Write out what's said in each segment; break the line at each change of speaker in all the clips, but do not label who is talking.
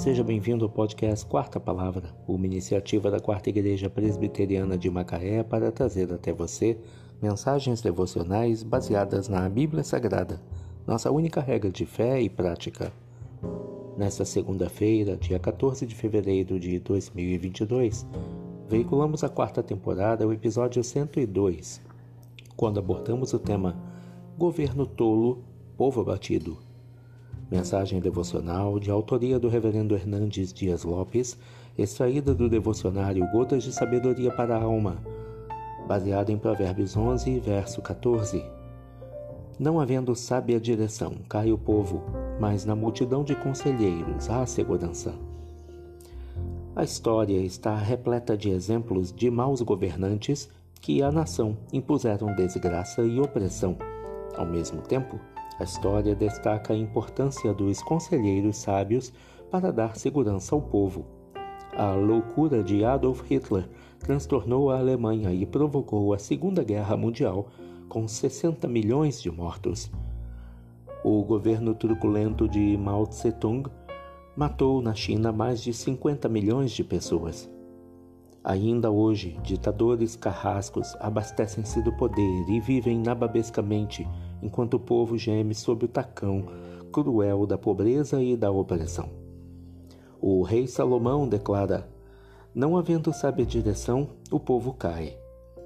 Seja bem-vindo ao podcast Quarta Palavra, uma iniciativa da Quarta Igreja Presbiteriana de Macaé para trazer até você mensagens devocionais baseadas na Bíblia Sagrada, nossa única regra de fé e prática. Nesta segunda-feira, dia 14 de fevereiro de 2022, veiculamos a quarta temporada, o episódio 102, quando abordamos o tema Governo Tolo, Povo Abatido. Mensagem devocional de autoria do Reverendo Hernandes Dias Lopes, extraída do devocionário Gotas de Sabedoria para a Alma, baseada em Provérbios 11, verso 14. Não havendo sábia direção, cai o povo, mas na multidão de conselheiros há segurança. A história está repleta de exemplos de maus governantes que à nação impuseram desgraça e opressão. Ao mesmo tempo, a história destaca a importância dos conselheiros sábios para dar segurança ao povo. A loucura de Adolf Hitler transtornou a Alemanha e provocou a Segunda Guerra Mundial, com 60 milhões de mortos. O governo truculento de Mao Tse-tung matou na China mais de 50 milhões de pessoas. Ainda hoje, ditadores carrascos abastecem-se do poder e vivem nababescamente, enquanto o povo geme sob o tacão cruel da pobreza e da opressão. O rei Salomão declara: não havendo sábia direção, o povo cai.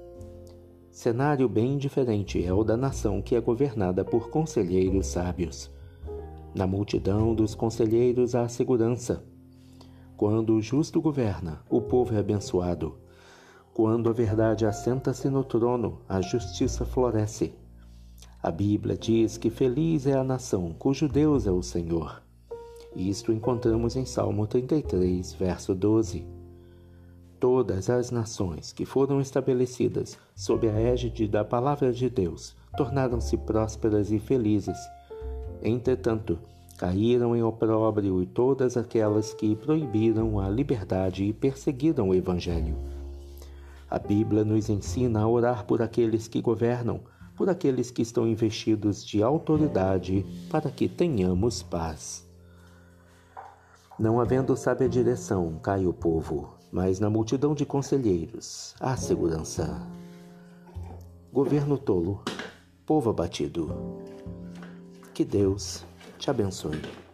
Cenário bem diferente é o da nação que é governada por conselheiros sábios. Na multidão dos conselheiros há segurança. Quando o justo governa, o povo é abençoado. Quando a verdade assenta-se no trono, a justiça floresce. A Bíblia diz que feliz é a nação cujo Deus é o Senhor. Isto encontramos em Salmo 33, verso 12. Todas as nações que foram estabelecidas sob a égide da palavra de Deus tornaram-se prósperas e felizes. Entretanto, caíram em opróbrio todas aquelas que proibiram a liberdade e perseguiram o Evangelho. A Bíblia nos ensina a orar por aqueles que governam, por aqueles que estão investidos de autoridade, para que tenhamos paz. Não havendo sábia direção, cai o povo, mas na multidão de conselheiros há segurança. Governo tolo, povo abatido. Que Deus te abençoe.